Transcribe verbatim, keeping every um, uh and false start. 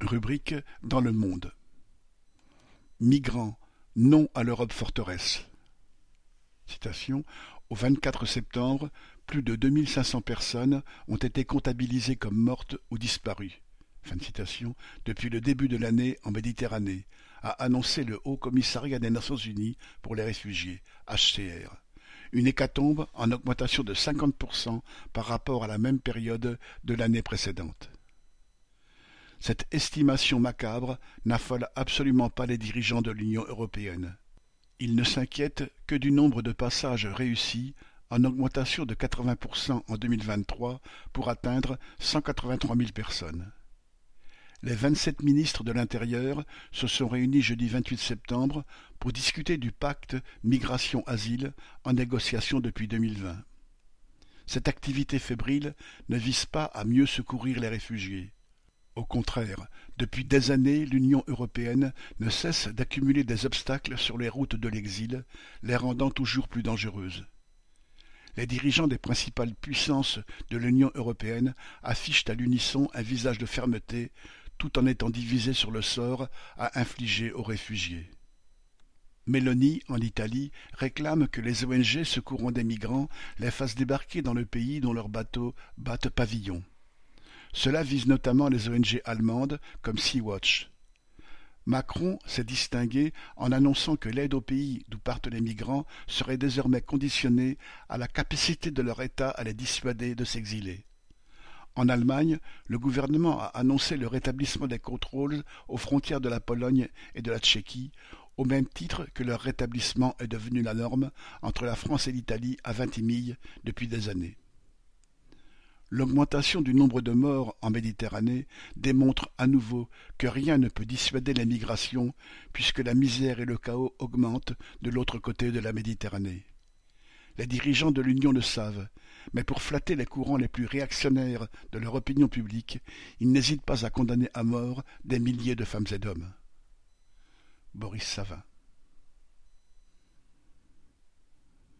Rubrique dans le monde. Migrants, non à l'Europe forteresse. Citation. Au vingt-quatre septembre, plus de deux mille cinq cents personnes ont été comptabilisées comme mortes ou disparues. Fin de citation. Depuis le début de l'année en Méditerranée, a annoncé le Haut Commissariat des Nations Unies pour les réfugiés, H C R. Une hécatombe en augmentation de cinquante pour cent par rapport à la même période de l'année précédente. Cette estimation macabre n'affole absolument pas les dirigeants de l'Union européenne. Ils ne s'inquiètent que du nombre de passages réussis, en augmentation de quatre-vingts pour cent en deux mille vingt-trois pour atteindre cent quatre-vingt-trois mille personnes. Les vingt-sept ministres de l'Intérieur se sont réunis jeudi vingt-huit septembre pour discuter du pacte migration-asile en négociation depuis deux mille vingt. Cette activité fébrile ne vise pas à mieux secourir les réfugiés. Au contraire, depuis des années, l'Union européenne ne cesse d'accumuler des obstacles sur les routes de l'exil, les rendant toujours plus dangereuses. Les dirigeants des principales puissances de l'Union européenne affichent à l'unisson un visage de fermeté, tout en étant divisés sur le sort à infliger aux réfugiés. Meloni, en Italie, réclame que les O N G secourant des migrants les fassent débarquer dans le pays dont leurs bateaux battent pavillon. Cela vise notamment les O N G allemandes comme Sea-Watch. Macron s'est distingué en annonçant que l'aide au pays d'où partent les migrants serait désormais conditionnée à la capacité de leur État à les dissuader de s'exiler. En Allemagne, le gouvernement a annoncé le rétablissement des contrôles aux frontières de la Pologne et de la Tchéquie, au même titre que leur rétablissement est devenu la norme entre la France et l'Italie à Vintimille depuis des années. L'augmentation du nombre de morts en Méditerranée démontre à nouveau que rien ne peut dissuader les migrations puisque la misère et le chaos augmentent de l'autre côté de la Méditerranée. Les dirigeants de l'Union le savent, mais pour flatter les courants les plus réactionnaires de leur opinion publique, ils n'hésitent pas à condamner à mort des milliers de femmes et d'hommes. Boris Savin.